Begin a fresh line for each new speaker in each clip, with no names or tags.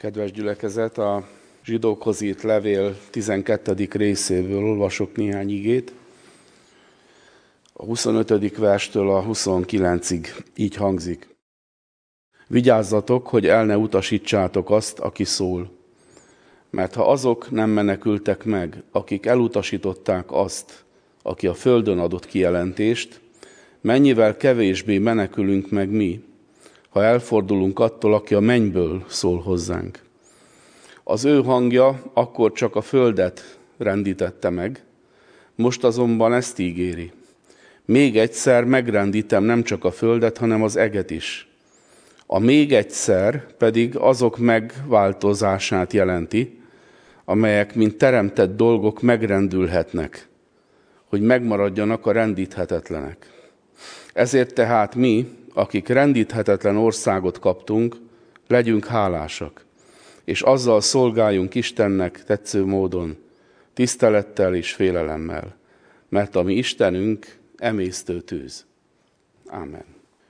Kedves gyülekezet, a Zsidókhoz írt levél 12. részéből olvasok néhány igét. A 25. verstől a 29-ig így hangzik. Vigyázzatok, hogy el ne utasítsátok azt, aki szól. Mert ha azok nem menekültek meg, akik elutasították azt, aki a földön adott kijelentést, mennyivel kevésbé menekülünk meg mi, ha elfordulunk attól, aki a mennyből szól hozzánk. Az ő hangja akkor csak a földet rendítette meg, most azonban ezt ígéri. Még egyszer megrendítem nem csak a földet, hanem az eget is. A még egyszer pedig azok megváltozását jelenti, amelyek, mint teremtett dolgok megrendülhetnek, hogy megmaradjanak a rendíthetetlenek. Ezért tehát mi, akik rendíthetetlen országot kaptunk, legyünk hálásak, és azzal szolgáljunk Istennek tetsző módon, tisztelettel és félelemmel, mert a mi Istenünk emésztő tűz. Ámen.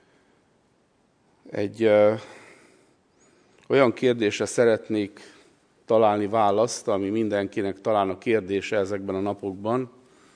Egy olyan kérdésre szeretnék találni választ, ami mindenkinek talán a kérdése ezekben a napokban.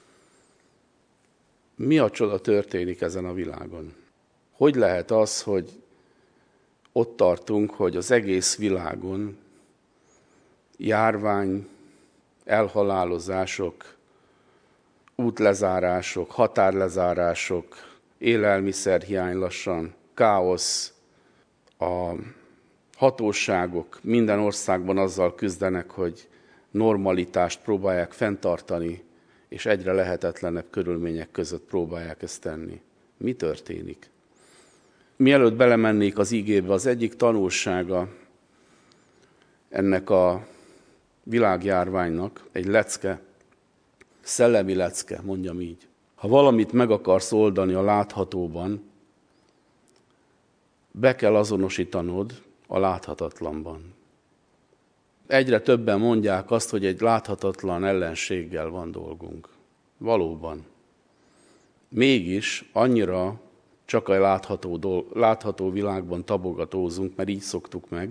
Mi a csoda történik ezen a világon? Hogy lehet az, hogy ott tartunk, hogy az egész világon járvány, elhalálozások, útlezárások, határlezárások, élelmiszerhiány lassan, káosz, a hatóságok minden országban azzal küzdenek, hogy normalitást próbálják fenntartani, és egyre lehetetlenebb körülmények között próbálják ezt tenni. Mi történik? Mielőtt belemennék az igébe, az egyik tanulsága ennek a világjárványnak, egy lecke, szellemi lecke, mondjam így. Ha valamit meg akarsz oldani a láthatóban, be kell azonosítanod a láthatatlanban. Egyre többen mondják azt, hogy egy láthatatlan ellenséggel van dolgunk. Valóban. Mégis annyira csak a látható világban tabogatózunk, mert így szoktuk meg,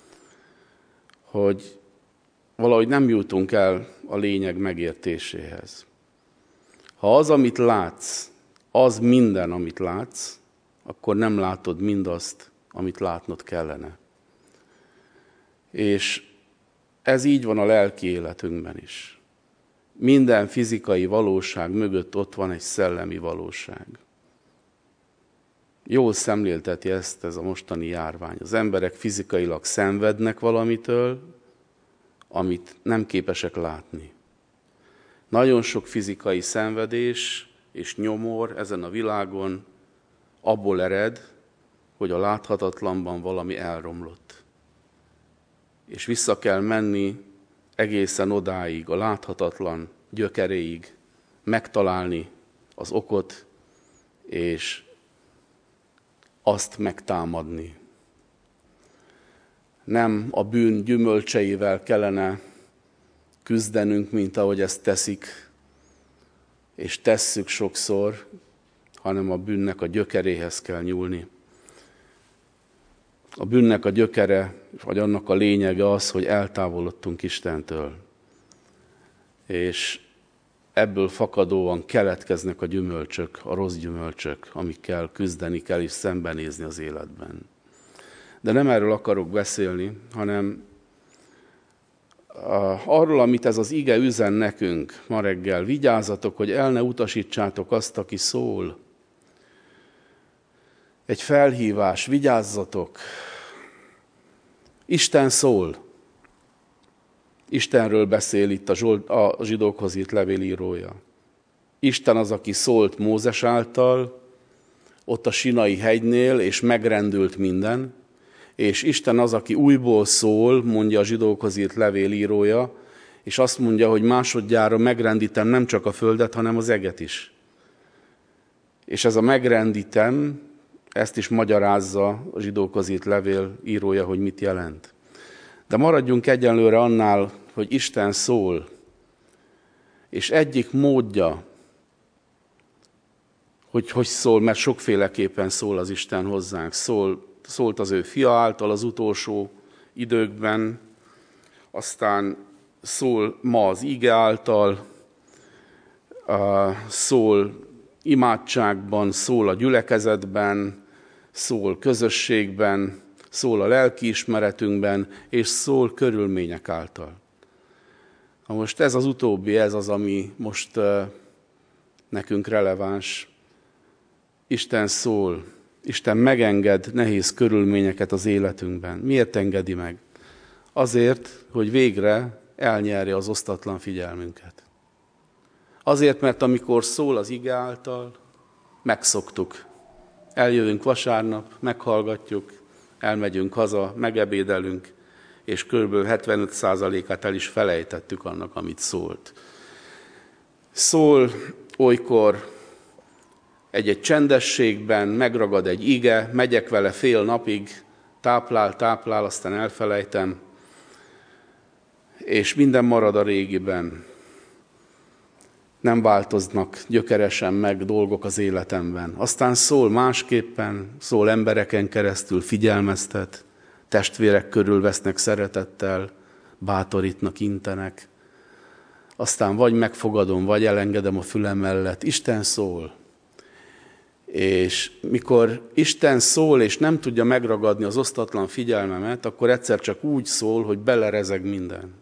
hogy valahogy nem jutunk el a lényeg megértéséhez. Ha az, amit látsz, az minden, amit látsz, akkor nem látod mindazt, amit látnod kellene. És ez így van a lelki életünkben is. Minden fizikai valóság mögött ott van egy szellemi valóság. Jól szemlélteti ezt ez a mostani járvány. Az emberek fizikailag szenvednek valamitől, amit nem képesek látni. Nagyon sok fizikai szenvedés és nyomor ezen a világon abból ered, hogy a láthatatlanban valami elromlott. És vissza kell menni egészen odáig, a láthatatlan gyökeréig, megtalálni az okot, és azt megtámadni. Nem a bűn gyümölcseivel kellene küzdenünk, mint ahogy ezt teszik, és tesszük sokszor, hanem a bűnnek a gyökeréhez kell nyúlni. A bűnnek a gyökere, vagy annak a lényege az, hogy eltávolodtunk Istentől. És ebből fakadóan keletkeznek a gyümölcsök, a rossz gyümölcsök, amikkel küzdeni kell és szembenézni az életben. De nem erről akarok beszélni, hanem arról, amit ez az ige üzen nekünk ma reggel. Vigyázzatok, hogy el ne utasítsátok azt, aki szól. Egy felhívás, vigyázzatok. Isten szól. Istenről beszél itt a Zsidókhoz írt levélírója. Isten az, aki szólt Mózes által, ott a Sinai hegynél, és megrendült minden, és Isten az, aki újból szól, mondja a Zsidókhoz írt levélírója, és azt mondja, hogy másodjára megrendítem nem csak a földet, hanem az eget is. És ez a megrendítem, ezt is magyarázza a Zsidókhoz írt levélírója, hogy mit jelent. De maradjunk egyenlőre annál, hogy Isten szól, és egyik módja, hogy szól, mert sokféleképpen szól az Isten hozzánk. Szólt az ő fia által az utolsó időkben, aztán szól ma az ige által, szól imádságban, szól a gyülekezetben, szól közösségben, szól a lelkiismeretünkben, és szól körülmények által. Na most ez az utóbbi, ez az, ami most nekünk releváns. Isten szól, Isten megenged nehéz körülményeket az életünkben. Miért engedi meg? Azért, hogy végre elnyerje az osztatlan figyelmünket. Azért, mert amikor szól az ige által, megszoktuk. Eljövünk vasárnap, meghallgatjuk, elmegyünk haza, megebédelünk, és kb. 75%-át el is felejtettük annak, amit szólt. Szól olykor egy csendességben, megragad egy ige, megyek vele fél napig, táplál, aztán elfelejtem, és minden marad a régiben. Nem változnak gyökeresen meg dolgok az életemben. Aztán szól másképpen, szól embereken keresztül, figyelmeztet, testvérek körül vesznek szeretettel, bátorítnak, intenek. Aztán vagy megfogadom, vagy elengedem a fülem mellett. Isten szól. És mikor Isten szól, és nem tudja megragadni az osztatlan figyelmemet, akkor egyszer csak úgy szól, hogy belerezeg minden.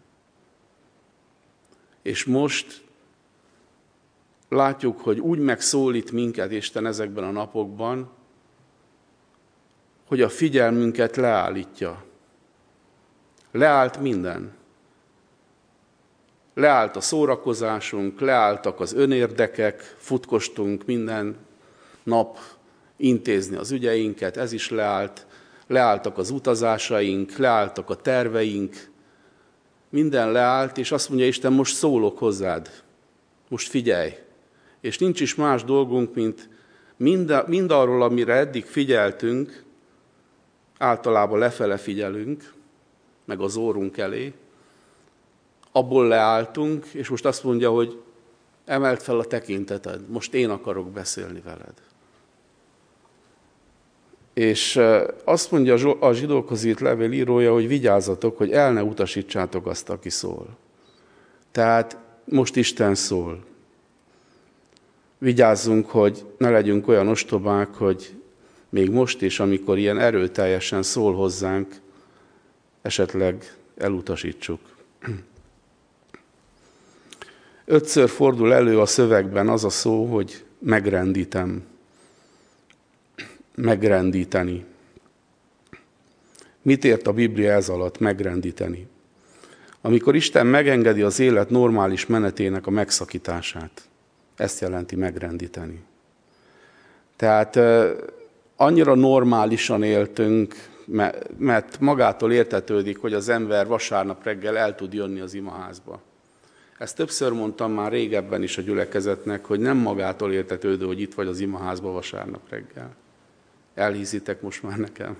És most látjuk, hogy úgy megszólít minket Isten ezekben a napokban, hogy a figyelmünket leállítja. Leállt minden. Leállt a szórakozásunk, leálltak az önérdekek, futkostunk minden nap intézni az ügyeinket, ez is leállt. Leálltak az utazásaink, leálltak a terveink, minden leállt, és azt mondja Isten, most szólok hozzád, most figyelj. És nincs is más dolgunk, mint mindarról, amire eddig figyeltünk, általában lefele figyelünk, meg az órunk elé, abból leálltunk, és most azt mondja, hogy emeld fel a tekinteted, most én akarok beszélni veled. És azt mondja a zsidókhoz írt levél írója, hogy vigyázzatok, hogy el ne utasítsátok azt, aki szól. Tehát most Isten szól. Vigyázzunk, hogy ne legyünk olyan ostobák, hogy még most is, amikor ilyen erőteljesen szól hozzánk, esetleg elutasítsuk. 5-ször fordul elő a szövegben az a szó, hogy megrendítem. Megrendíteni. Mit ért a Biblia ez alatt megrendíteni? Amikor Isten megengedi az élet normális menetének a megszakítását. Ezt jelenti megrendíteni. Tehát annyira normálisan éltünk, mert magától értetődik, hogy az ember vasárnap reggel el tud jönni az imaházba. Ezt többször mondtam már régebben is a gyülekezetnek, hogy nem magától értetődő, hogy itt vagy az imaházba vasárnap reggel. Elhiszitek most már nekem?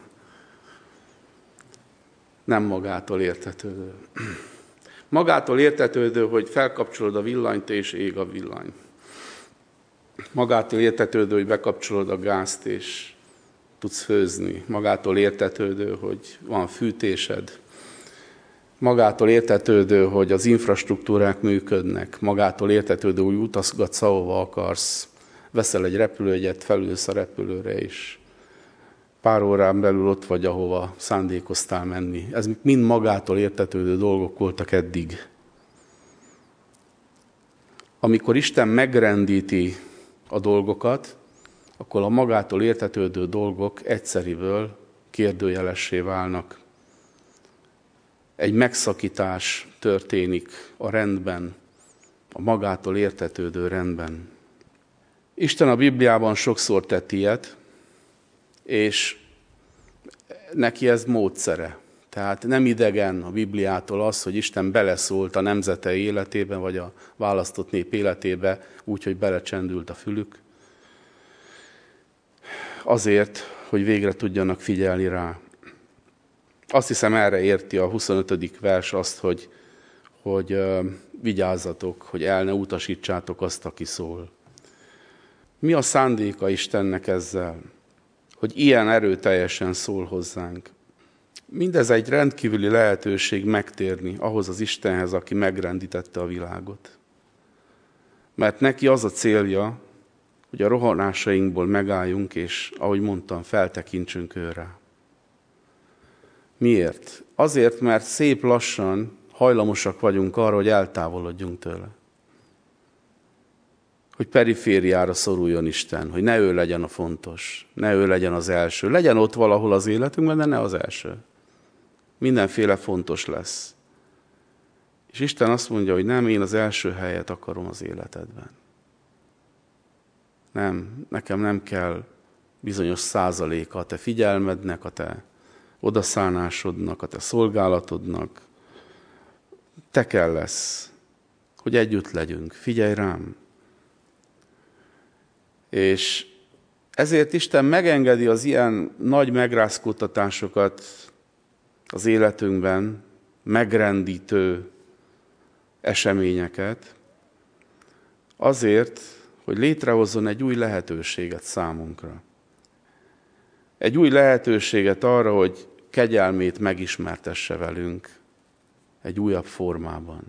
Nem magától értetődő. Magától értetődő, hogy felkapcsolod a villanyt és ég a villany. Magától értetődő, hogy bekapcsolod a gázt és tudsz főzni. Magától értetődő, hogy van fűtésed. Magától értetődő, hogy az infrastruktúrák működnek. Magától értetődő, hogy utazgatsz, ahova akarsz. Veszel egy repülőjegyet, felülsz a repülőre, és pár órán belül ott vagy, ahova szándékoztál menni. Ez mind magától értetődő dolgok voltak eddig. Amikor Isten megrendíti a dolgokat, akkor a magától értetődő dolgok egyszeriből kérdőjelessé válnak. Egy megszakítás történik a rendben, a magától értetődő rendben. Isten a Bibliában sokszor tett ilyet, és neki ez módszere. Tehát nem idegen a Bibliától az, hogy Isten beleszólt a nemzetei életébe, vagy a választott nép életébe, úgy, hogy belecsendült a fülük. Azért, hogy végre tudjanak figyelni rá. Azt hiszem, erre érti a 25. vers azt, hogy vigyázzatok, hogy el ne utasítsátok azt, aki szól. Mi a szándéka Istennek ezzel? Hogy ilyen erőteljesen szól hozzánk. Mindez egy rendkívüli lehetőség megtérni ahhoz az Istenhez, aki megrendítette a világot. Mert neki az a célja, hogy a rohanásainkból megálljunk, és ahogy mondtam, feltekintsünk őre. Miért? Azért, mert szép lassan hajlamosak vagyunk arra, hogy eltávolodjunk tőle. Hogy perifériára szoruljon Isten, hogy ne ő legyen a fontos, ne ő legyen az első. Legyen ott valahol az életünkben, de ne az első. Mindenféle fontos lesz. És Isten azt mondja, hogy nem, én az első helyet akarom az életedben. Nem, nekem nem kell bizonyos százaléka a te figyelmednek, a te odaszánásodnak, a te szolgálatodnak. Te kell lesz, hogy együtt legyünk. Figyelj rám! És ezért Isten megengedi az ilyen nagy megrázkódtatásokat az életünkben, megrendítő eseményeket, azért, hogy létrehozzon egy új lehetőséget számunkra. Egy új lehetőséget arra, hogy kegyelmét megismertesse velünk egy újabb formában.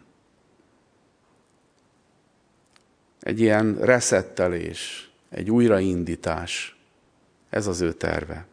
Egy ilyen reszettelés, egy újraindítás, ez az ő terve.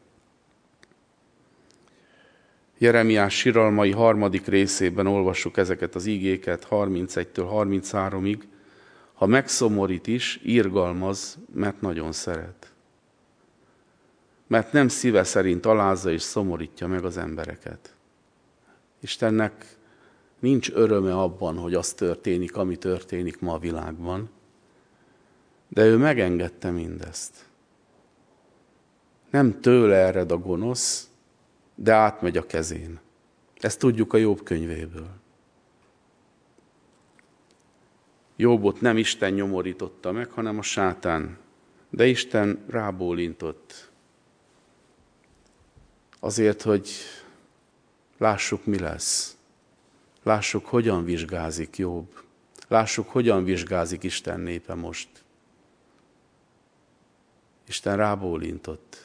Jeremiás siralmai 3. részében olvassuk ezeket az igéket 31-től 33-ig. Ha megszomorít is, irgalmaz, mert nagyon szeret. Mert nem szíve szerint alázza és szomorítja meg az embereket. Istennek nincs öröme abban, hogy az történik, ami történik ma a világban, de ő megengedte mindezt. Nem tőle ered a gonosz, de átmegy a kezén. Ezt tudjuk a Jobb könyvéből. Jobbot nem Isten nyomorította meg, hanem a sátán. De Isten rábólintott. Azért, hogy lássuk, mi lesz. Lássuk, hogyan vizsgázik Jobb. Lássuk, hogyan vizsgázik Isten népe most. Isten rábólintott.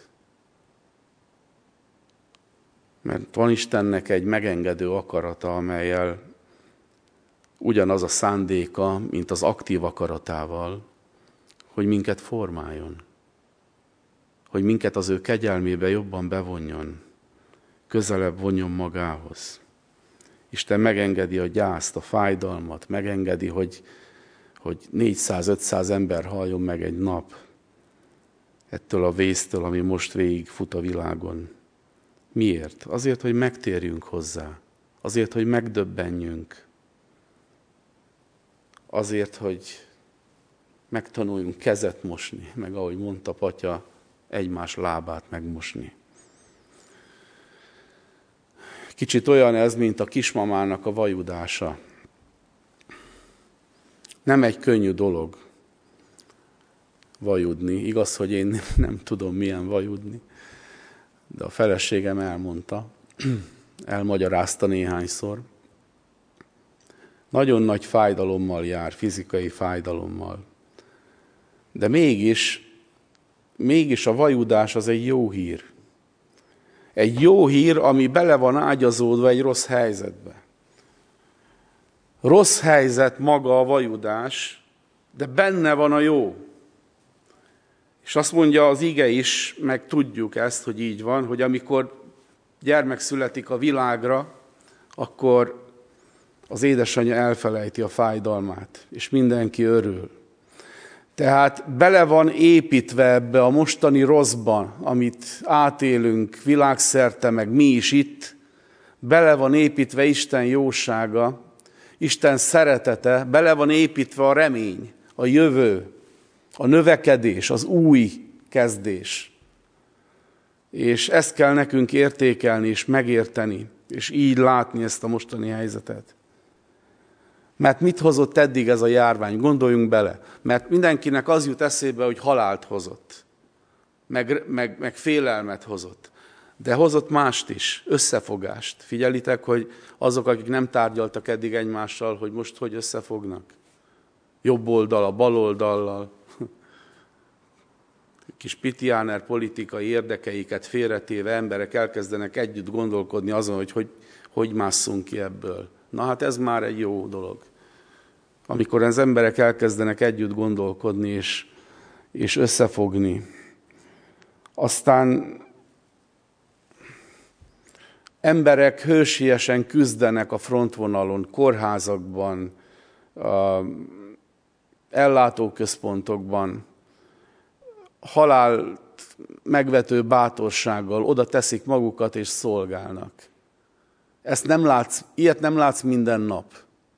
Mert van Istennek egy megengedő akarata, amellyel ugyanaz a szándéka, mint az aktív akaratával, hogy minket formáljon. Hogy minket az ő kegyelmébe jobban bevonjon, közelebb vonjon magához. Isten megengedi a gyászt, a fájdalmat, megengedi, hogy 400-500 ember haljon meg egy nap ettől a vésztől, ami most végigfut a világon. Miért? Azért, hogy megtérjünk hozzá. Azért, hogy megdöbbenjünk. Azért, hogy megtanuljunk kezet mosni, meg ahogy mondta Patya, egymás lábát megmosni. Kicsit olyan ez, mint a kismamának a vajudása. Nem egy könnyű dolog vajudni. Igaz, hogy én nem tudom, milyen vajudni, de a feleségem elmondta, elmagyarázta néhányszor. Nagyon nagy fájdalommal jár, fizikai fájdalommal. De mégis a vajudás az egy jó hír. Egy jó hír, ami bele van ágyazódva egy rossz helyzetbe. Rossz helyzet maga a vajudás, de benne van a jó. És azt mondja az ige is, meg tudjuk ezt, hogy így van, hogy amikor gyermek születik a világra, akkor az édesanyja elfelejti a fájdalmát, és mindenki örül. Tehát bele van építve ebbe a mostani rosszban, amit átélünk világszerte, meg mi is itt, bele van építve Isten jósága, Isten szeretete, bele van építve a remény, a jövő, a növekedés, az új kezdés. És ezt kell nekünk értékelni és megérteni, és így látni ezt a mostani helyzetet. Mert mit hozott eddig ez a járvány? Gondoljunk bele. Mert mindenkinek az jut eszébe, hogy halált hozott, meg félelmet hozott. De hozott mást is, összefogást. Figyelitek, hogy azok, akik nem tárgyaltak eddig egymással, hogy most hogy összefognak? Jobb oldal, a bal oldallal. kis pitiáner politikai érdekeiket félretéve emberek elkezdenek együtt gondolkodni azon, hogy másszunk ki ebből. Na hát ez már egy jó dolog. Amikor az emberek elkezdenek együtt gondolkodni és összefogni. Aztán emberek hősiesen küzdenek a frontvonalon, kórházakban, ellátóközpontokban, halált megvető bátorsággal oda teszik magukat és szolgálnak. Ilyet nem látsz minden nap.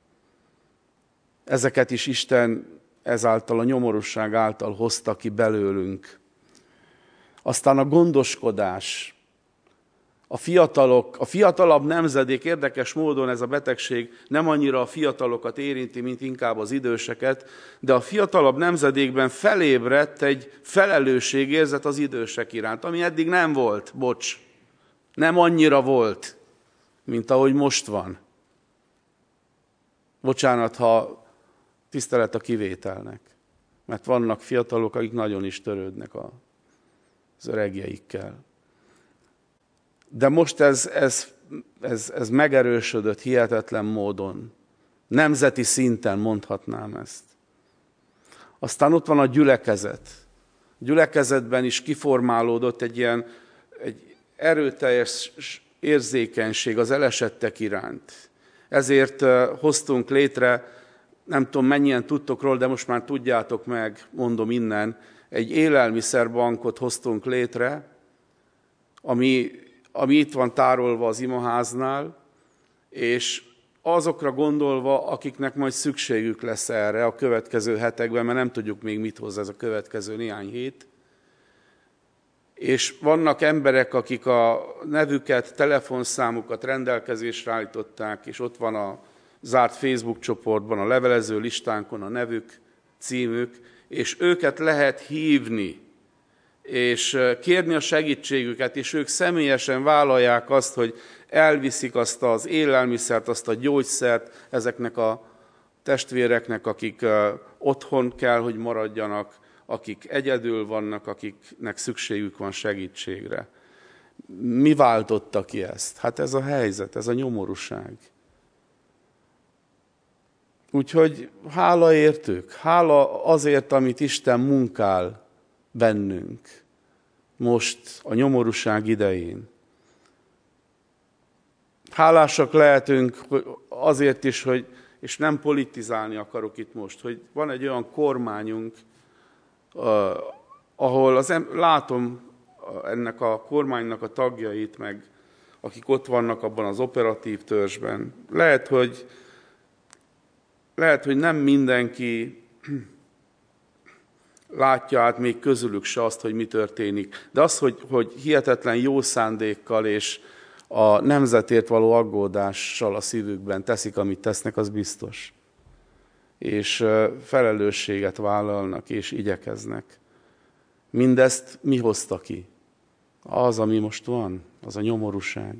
Ezeket is Isten ezáltal a nyomorúság által hozta ki belőlünk. Aztán a gondoskodás. A fiatalabb nemzedék, érdekes módon ez a betegség nem annyira a fiatalokat érinti, mint inkább az időseket, de a fiatalabb nemzedékben felébredt egy felelősségérzet az idősek iránt, ami eddig nem volt, nem annyira volt, mint ahogy most van. Bocsánat, ha tisztelet a kivételnek, mert vannak fiatalok, akik nagyon is törődnek az öregjeikkel. De most ez megerősödött hihetetlen módon. Nemzeti szinten mondhatnám ezt. Aztán ott van a gyülekezet. A gyülekezetben is kiformálódott egy erőteljes érzékenység az elesettek iránt. Ezért hoztunk létre, nem tudom mennyien tudtok róla, de most már tudjátok meg, mondom innen, egy élelmiszerbankot hoztunk létre, ami itt van tárolva az imaháznál, és azokra gondolva, akiknek majd szükségük lesz erre a következő hetekben, mert nem tudjuk még mit hoz ez a következő néhány hét. És vannak emberek, akik a nevüket, telefonszámukat rendelkezésre állították, és ott van a zárt Facebook csoportban, a levelező listánkon a nevük, címük, és őket lehet hívni, és kérni a segítségüket, és ők személyesen vállalják azt, hogy elviszik azt az élelmiszert, azt a gyógyszert ezeknek a testvéreknek, akik otthon kell, hogy maradjanak, akik egyedül vannak, akiknek szükségük van segítségre. Mi váltotta ki ezt? Hát ez a helyzet, ez a nyomorúság. Úgyhogy hála értük, hála azért, amit Isten munkál bennünk most a nyomorúság idején. Hálásak lehetünk azért is, és nem politizálni akarok itt most, hogy van egy olyan kormányunk, ahol látom ennek a kormánynak a tagjait, meg akik ott vannak abban az operatív törzsben. Lehet, hogy nem mindenki látja át még közülük se azt, hogy mi történik. De az, hogy hihetetlen jó szándékkal és a nemzetért való aggódással a szívükben teszik, amit tesznek, az biztos. És felelősséget vállalnak, és igyekeznek. Mindezt mi hozta ki? Az, ami most van, az a nyomorúság.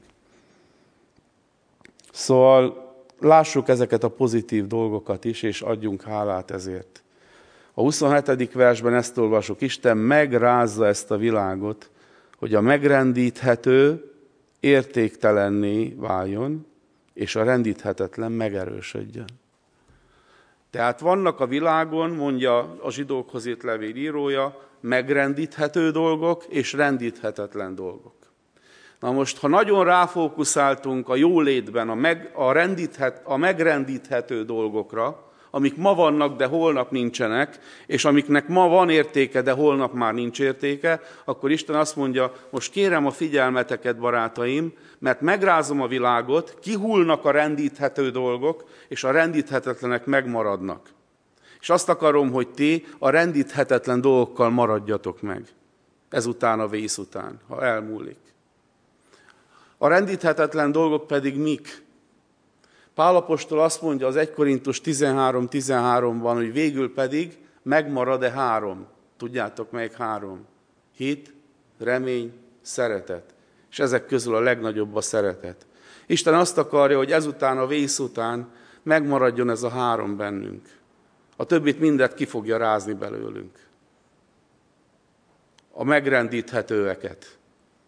Szóval lássuk ezeket a pozitív dolgokat is, és adjunk hálát ezért. A 27. versben ezt olvasok, Isten megrázza ezt a világot, hogy a megrendíthető értéktelenné váljon, és a rendíthetetlen megerősödjön. Tehát vannak a világon, mondja a zsidókhoz írt levél írója, megrendíthető dolgok és rendíthetetlen dolgok. Na most, ha nagyon ráfókuszáltunk a jólétben a megrendíthető dolgokra, amik ma vannak, de holnap nincsenek, és amiknek ma van értéke, de holnap már nincs értéke, akkor Isten azt mondja, most kérem a figyelmeteket, barátaim, mert megrázom a világot, kihullnak a rendíthető dolgok, és a rendíthetetlenek megmaradnak. És azt akarom, hogy ti a rendíthetetlen dolgokkal maradjatok meg. Ezután a vész után, ha elmúlik. A rendíthetetlen dolgok pedig mik? Pál apostol azt mondja az 1 Korintus 13:13-ban, hogy végül pedig megmarad-e 3. Tudjátok, melyik 3? Hit, remény, szeretet. És ezek közül a legnagyobb a szeretet. Isten azt akarja, hogy ezután, a vész után megmaradjon ez a 3 bennünk. A többit mindet ki fogja rázni belőlünk. a megrendíthetőeket.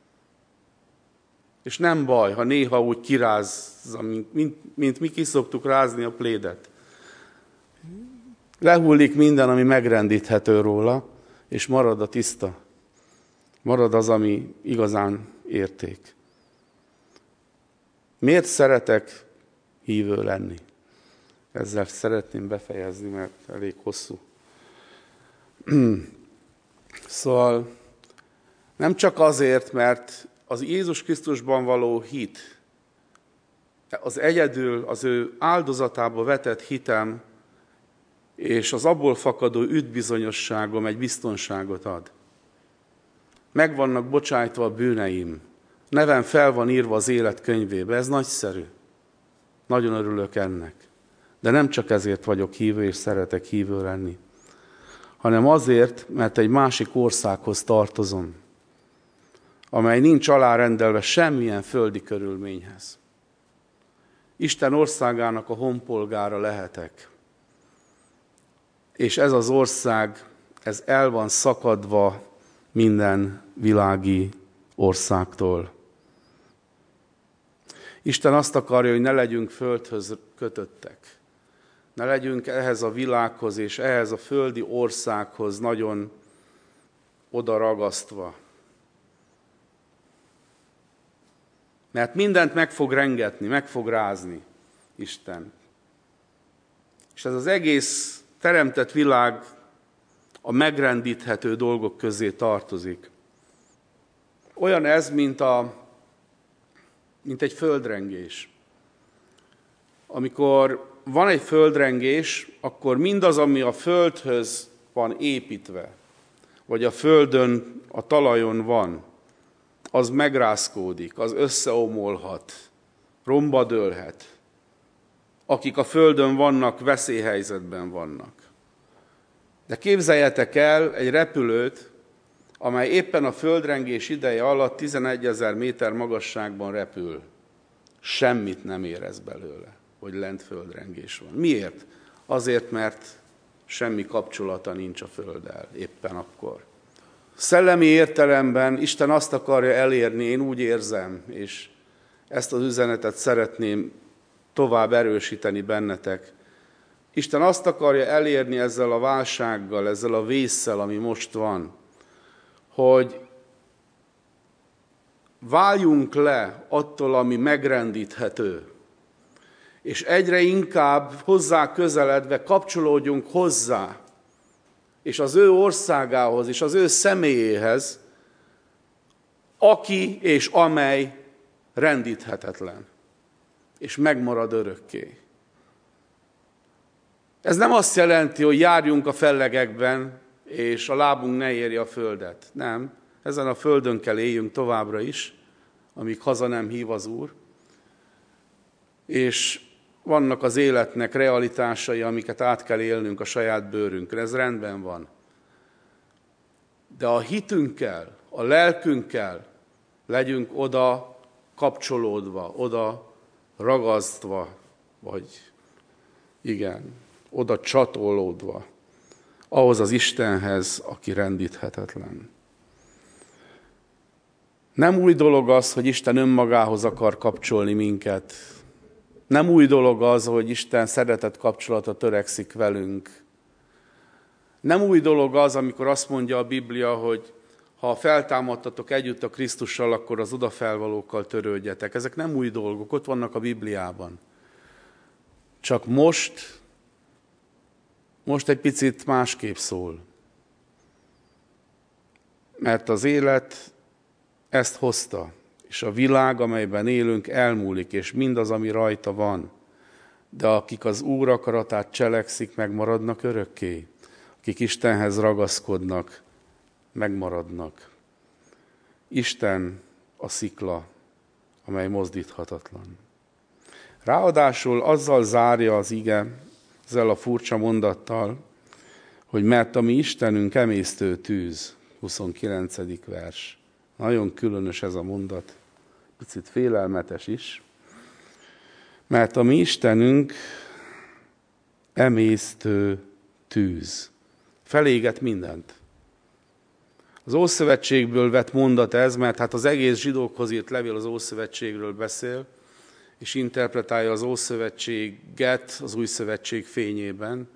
És nem baj, ha néha úgy kirázza, mint mi ki szoktuk rázni a plédet. Lehullik minden, ami megrendíthető róla, és marad a tiszta. Marad az, ami igazán érték. Miért szeretek hívő lenni? Ezzel szeretném befejezni, mert elég hosszú. Szóval nem csak azért, mert az Jézus Krisztusban való hit, az egyedül az ő áldozatába vetett hitem, és az abból fakadó üdvbizonyosságom egy biztonságot ad. Meg vannak bocsájtva a bűneim, nevem fel van írva az élet könyvébe, ez nagyszerű. Nagyon örülök ennek. De nem csak ezért vagyok hívő, és szeretek hívő lenni, hanem azért, mert egy másik országhoz tartozom, amely nincs alárendelve semmilyen földi körülményhez. Isten országának a honpolgára lehetek. És ez az ország, ez el van szakadva minden világi országtól. Isten azt akarja, hogy ne legyünk földhöz kötöttek. Ne legyünk ehhez a világhoz és ehhez a földi országhoz nagyon odaragasztva. Mert mindent meg fog rengetni, meg fog rázni Isten. És ez az egész teremtett világ a megrendíthető dolgok közé tartozik. Olyan ez, mint egy földrengés. Amikor van egy földrengés, akkor mindaz, ami a földhöz van építve, vagy a földön, a talajon van, az megrázkódik, az összeomolhat, romba dőlhet. Akik a földön vannak, veszélyhelyzetben vannak. De képzeljetek el egy repülőt, amely éppen a földrengés ideje alatt 11 000 méter magasságban repül. Semmit nem érez belőle, hogy lent földrengés van. Miért? Azért, mert semmi kapcsolata nincs a földdel éppen akkor. Szellemi értelemben Isten azt akarja elérni, én úgy érzem, és ezt az üzenetet szeretném tovább erősíteni bennetek. Isten azt akarja elérni ezzel a válsággal, ezzel a vésszel, ami most van, hogy váljunk le attól, ami megrendíthető, és egyre inkább hozzá közeledve kapcsolódjunk hozzá, és az ő országához, és az ő személyéhez, aki és amely rendíthetetlen, és megmarad örökké. Ez nem azt jelenti, hogy járjunk a fellegekben, és a lábunk ne érje a földet. Nem, ezen a földön kell éljünk továbbra is, amíg haza nem hív az Úr. És vannak az életnek realitásai, amiket át kell élnünk a saját bőrünkre. Ez rendben van. De a hitünkkel, a lelkünkkel legyünk oda kapcsolódva, oda ragasztva, vagy igen, oda csatolódva, ahhoz az Istenhez, aki rendíthetetlen. Nem új dolog az, hogy Isten önmagához akar kapcsolni minket. Nem új dolog az, hogy Isten szeretett kapcsolatra törekszik velünk. Nem új dolog az, amikor azt mondja a Biblia, hogy ha feltámadtatok együtt a Krisztussal, akkor az odafelvalókkal törődjetek. Ezek nem új dolgok, ott vannak a Bibliában. Csak most egy picit másképp szól. Mert az élet ezt hozta, és a világ, amelyben élünk, elmúlik, és mindaz, ami rajta van. De akik az Úr akaratát cselekszik, megmaradnak örökké. Akik Istenhez ragaszkodnak, megmaradnak. Isten a szikla, amely mozdíthatatlan. Ráadásul azzal zárja az ige, ezzel a furcsa mondattal, hogy mert a mi Istenünk emésztő tűz, 29. vers. Nagyon különös ez a mondat, picit félelmetes is. Mert a mi Istenünk emésztő tűz. Feléget mindent. Az Ószövetségből vett mondat ez, mert hát az egész zsidókhoz írt levél az Ószövetségről beszél, és interpretálja az Ószövetséget az Új Szövetség fényében.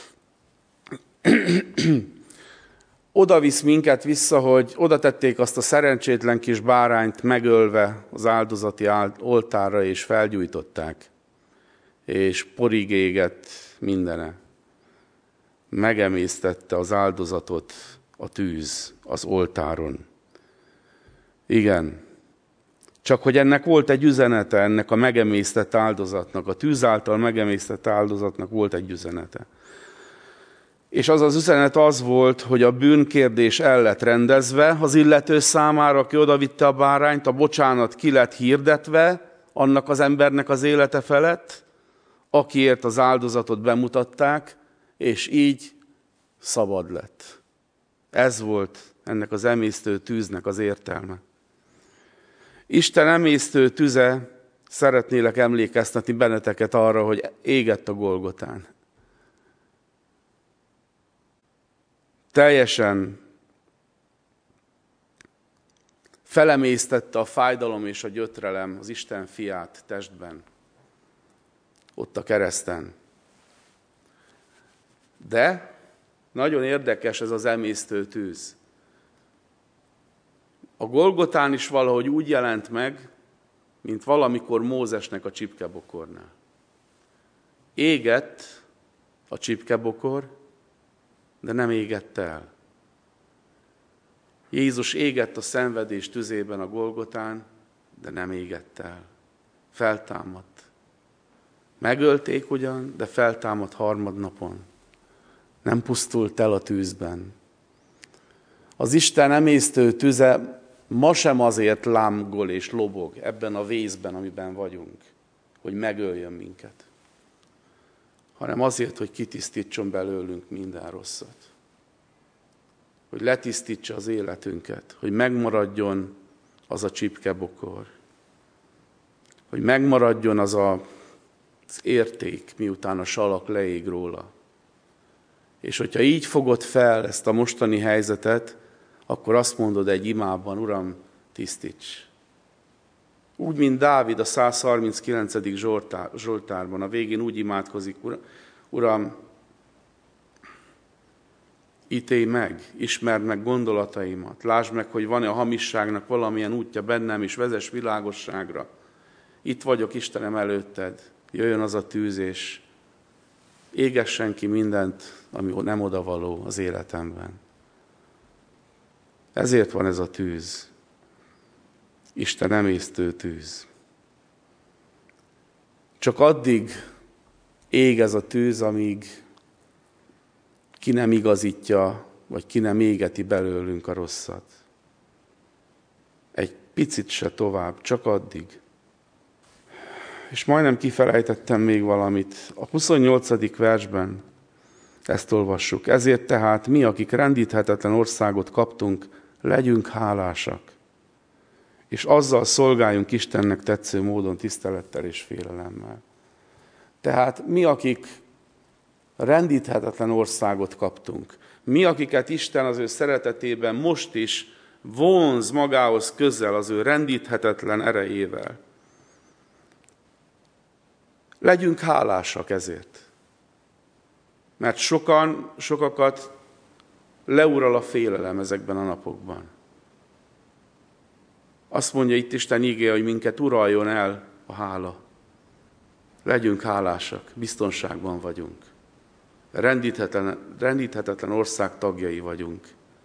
Oda visz minket vissza, hogy oda tették azt a szerencsétlen kis bárányt megölve az áldozati oltárra, és felgyújtották, és porig égett mindene. Megemésztette az áldozatot a tűz az oltáron. Igen, csak hogy ennek volt egy üzenete, ennek a megemésztett áldozatnak, a tűz által megemésztett áldozatnak volt egy üzenete. És az az üzenet az volt, hogy a bűnkérdés el lett rendezve az illető számára, aki odavitte a bárányt, a bocsánat ki lett hirdetve annak az embernek az élete felett, akiért az áldozatot bemutatták, és így szabad lett. Ez volt ennek az emésztő tűznek az értelme. Isten emésztő tüze, szeretnélek emlékeztetni benneteket arra, hogy égett a Golgotán. Teljesen felemésztette a fájdalom és a gyötrelem az Isten fiát testben, ott a kereszten. De nagyon érdekes ez az emésztő tűz. A Golgotán is valahogy úgy jelent meg, mint valamikor Mózesnek a csipkebokornál. Égett a csipkebokor, de nem égett el. Jézus égett a szenvedés tüzében a Golgotán, de nem égett el. Feltámadt. Megölték ugyan, de feltámadt harmadnapon. Nem pusztult el a tűzben. Az Isten emésztő tüze ma sem azért lámgol és lobog ebben a vészben, amiben vagyunk, hogy megöljön minket, hanem azért, hogy kitisztítson belőlünk minden rosszat. Hogy letisztítsa az életünket, hogy megmaradjon az a csipkebokor, hogy megmaradjon az érték, miután a salak leég róla. És hogyha így fogod fel ezt a mostani helyzetet, akkor azt mondod egy imában, Uram, tisztíts. Úgy, mint Dávid a 139. Zsoltárban, a végén úgy imádkozik, Uram, ítélj meg, ismerd meg gondolataimat, lásd meg, hogy van-e a hamisságnak valamilyen útja bennem, és vezess világosságra. Itt vagyok, Istenem, előtted, jöjjön az a tűz, és égessen ki mindent, ami nem odavaló az életemben. Ezért van ez a tűz. Isten emésztő tűz. Csak addig ég ez a tűz, amíg ki nem igazítja, vagy ki nem égeti belőlünk a rosszat. Egy picit se tovább, csak addig. És majdnem kifelejtettem még valamit. A 28. versben ezt olvassuk. Ezért tehát mi, akik rendíthetetlen országot kaptunk, legyünk hálásak, és azzal szolgáljunk Istennek tetsző módon, tisztelettel és félelemmel. Tehát mi, akik rendíthetetlen országot kaptunk, mi, akiket Isten az ő szeretetében most is vonz magához közel az ő rendíthetetlen erejével, legyünk hálásak ezért. Mert sokakat leural a félelem ezekben a napokban. Azt mondja itt Isten igéje, hogy minket uraljon el a hála. Legyünk hálásak, biztonságban vagyunk. Rendíthetetlen ország tagjai vagyunk.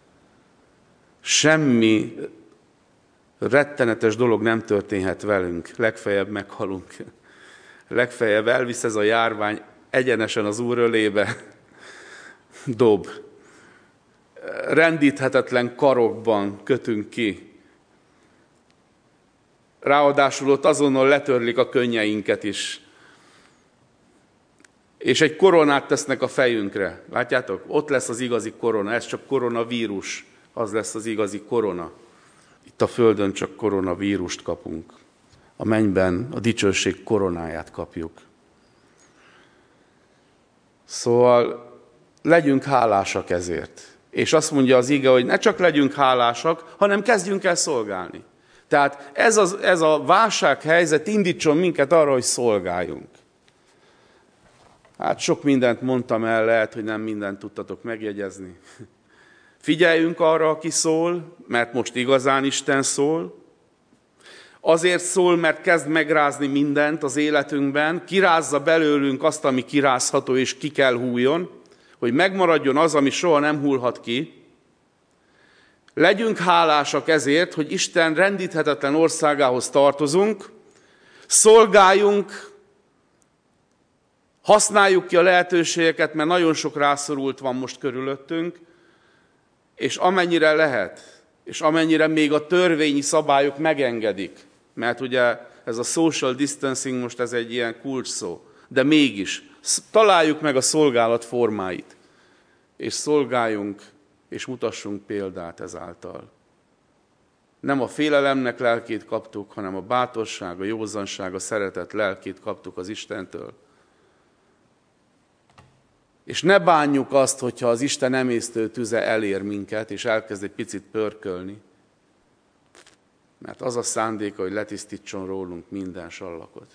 Semmi rettenetes dolog nem történhet velünk, legfeljebb meghalunk. Legfeljebb elvisz ez a járvány egyenesen az Úr ölébe, dob. Rendíthetetlen karokban kötünk ki. Ráadásul ott azonnal letörlik a könnyeinket is. És egy koronát tesznek a fejünkre. Látjátok? Ott lesz az igazi korona. Ez csak koronavírus. Az lesz az igazi korona. Itt a földön csak koronavírust kapunk. A mennyben a dicsőség koronáját kapjuk. Szóval legyünk hálásak ezért. És azt mondja az ige, hogy ne csak legyünk hálásak, hanem kezdjünk el szolgálni. Tehát ez a válsághelyzet indítson minket arra, hogy szolgáljunk. Hát sok mindent mondtam el, lehet, hogy nem mindent tudtatok megjegyezni. Figyeljünk arra, aki szól, mert most igazán Isten szól. Azért szól, mert kezd megrázni mindent az életünkben, kirázza belőlünk azt, ami kirázható és ki kell hújjon, hogy megmaradjon az, ami soha nem hullhat ki. Legyünk hálásak ezért, hogy Isten rendíthetetlen országához tartozunk, szolgáljunk, használjuk ki a lehetőségeket, mert nagyon sok rászorult van most körülöttünk, és amennyire lehet, és amennyire még a törvényi szabályok megengedik, mert ugye ez a social distancing most ez egy ilyen kulcsszó, de mégis találjuk meg a szolgálat formáit, és szolgáljunk, és mutassunk példát ezáltal. Nem a félelemnek lelkét kaptuk, hanem a bátorság, a józanság, a szeretet lelkét kaptuk az Istentől. És ne bánjuk azt, hogyha az Isten emésztő tüze elér minket, és elkezd egy picit pörkölni, mert az a szándéka, hogy letisztítson rólunk minden sallakot.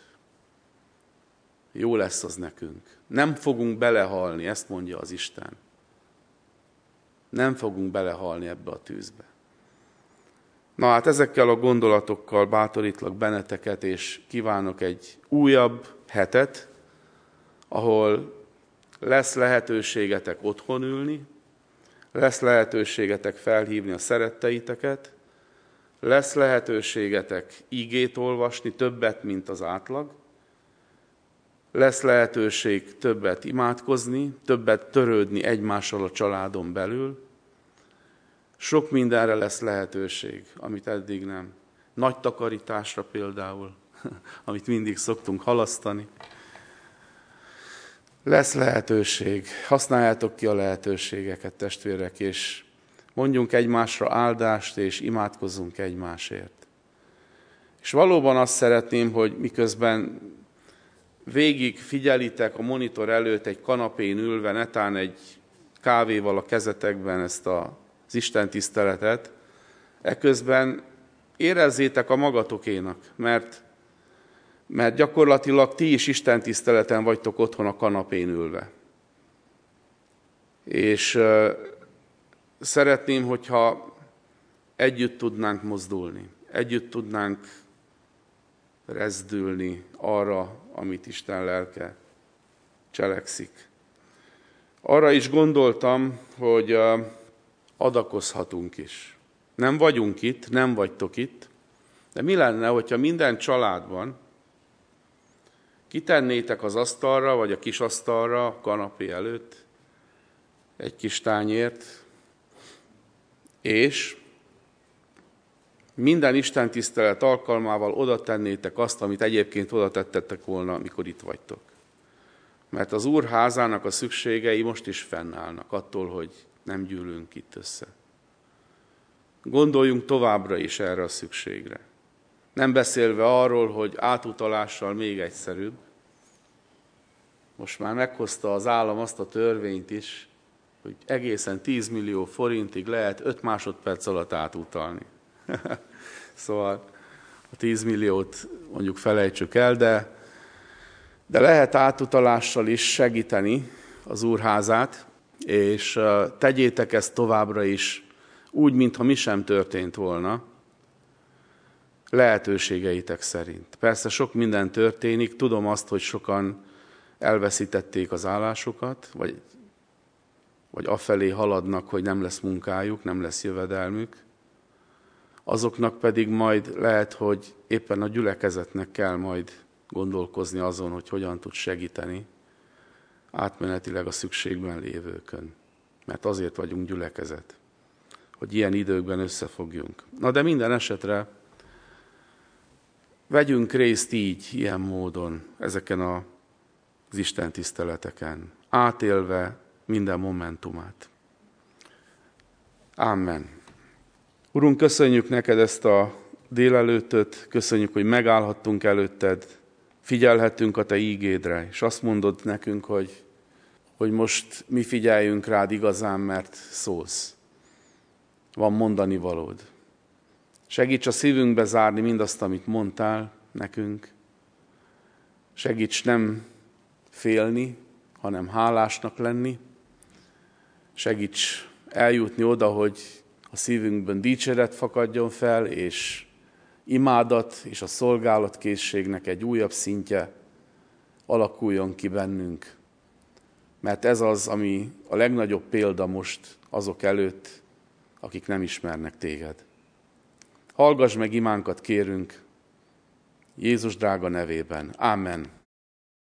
Jó lesz az nekünk. Nem fogunk belehalni, ezt mondja az Isten. Nem fogunk belehalni ebbe a tűzbe. Na hát ezekkel a gondolatokkal bátorítlak benneteket, és kívánok egy újabb hetet, ahol lesz lehetőségetek otthon ülni, lesz lehetőségetek felhívni a szeretteiteket, lesz lehetőségetek igét olvasni, többet, mint az átlag, lesz lehetőség többet imádkozni, többet törődni egymással a családon belül. Sok mindenre lesz lehetőség, amit eddig nem. Nagy takarításra például, amit mindig szoktunk halasztani. Lesz lehetőség, használjátok ki a lehetőségeket, testvérek, és mondjunk egymásra áldást, és imádkozzunk egymásért. És valóban azt szeretném, hogy miközben végig figyelitek a monitor előtt egy kanapén ülve, netán egy kávéval a kezetekben ezt az istentiszteletet, eközben érezzétek a magatokénak, mert gyakorlatilag ti is istentiszteleten vagytok otthon a kanapén ülve. És szeretném, hogyha együtt tudnánk mozdulni, együtt tudnánk rezdülni arra, amit Isten lelke cselekszik. Arra is gondoltam, hogy adakozhatunk is. Nem vagyunk itt, nem vagytok itt, de mi lenne, hogyha minden családban kitennétek az asztalra, vagy a kis asztalra, a kanapé előtt egy kis tányért, és minden istentisztelet alkalmával oda tennétek azt, amit egyébként oda tettetek volna, amikor itt vagytok. Mert az Úr házának a szükségei most is fennállnak, attól, hogy nem gyűlünk itt össze. Gondoljunk továbbra is erre a szükségre. Nem beszélve arról, hogy átutalással még egyszerűbb. Most már meghozta az állam azt a törvényt is, hogy egészen 10 millió forintig lehet 5 másodperc alatt átutalni. Szóval a 10 milliót mondjuk felejtsük el, de lehet átutalással is segíteni az Úrházát, és tegyétek ezt továbbra is úgy, mintha mi sem történt volna, lehetőségeitek szerint. Persze sok minden történik, tudom azt, hogy sokan elveszítették az állásukat, vagy afelé haladnak, hogy nem lesz munkájuk, nem lesz jövedelmük. Azoknak pedig majd lehet, hogy éppen a gyülekezetnek kell majd gondolkozni azon, hogy hogyan tud segíteni átmenetileg a szükségben lévőkön. Mert azért vagyunk gyülekezet, hogy ilyen időkben összefogjunk. Na de minden esetre vegyünk részt így, ilyen módon, ezeken az istentiszteleteken, átélve minden momentumát. Amen. Urunk, köszönjük neked ezt a délelőttöt, köszönjük, hogy megállhattunk előtted, figyelhettünk a te ígédre, és azt mondod nekünk, hogy most mi figyeljünk rád igazán, mert szólsz. Van mondani valód. Segíts a szívünkbe zárni mindazt, amit mondtál nekünk. Segíts nem félni, hanem hálásnak lenni. Segíts eljutni oda, hogy a szívünkben dicséret fakadjon fel, és imádat és a szolgálatkészségnek egy újabb szintje alakuljon ki bennünk. Mert ez az, ami a legnagyobb példa most azok előtt, akik nem ismernek téged. Hallgass meg imánkat, kérünk, Jézus drága nevében. Ámen.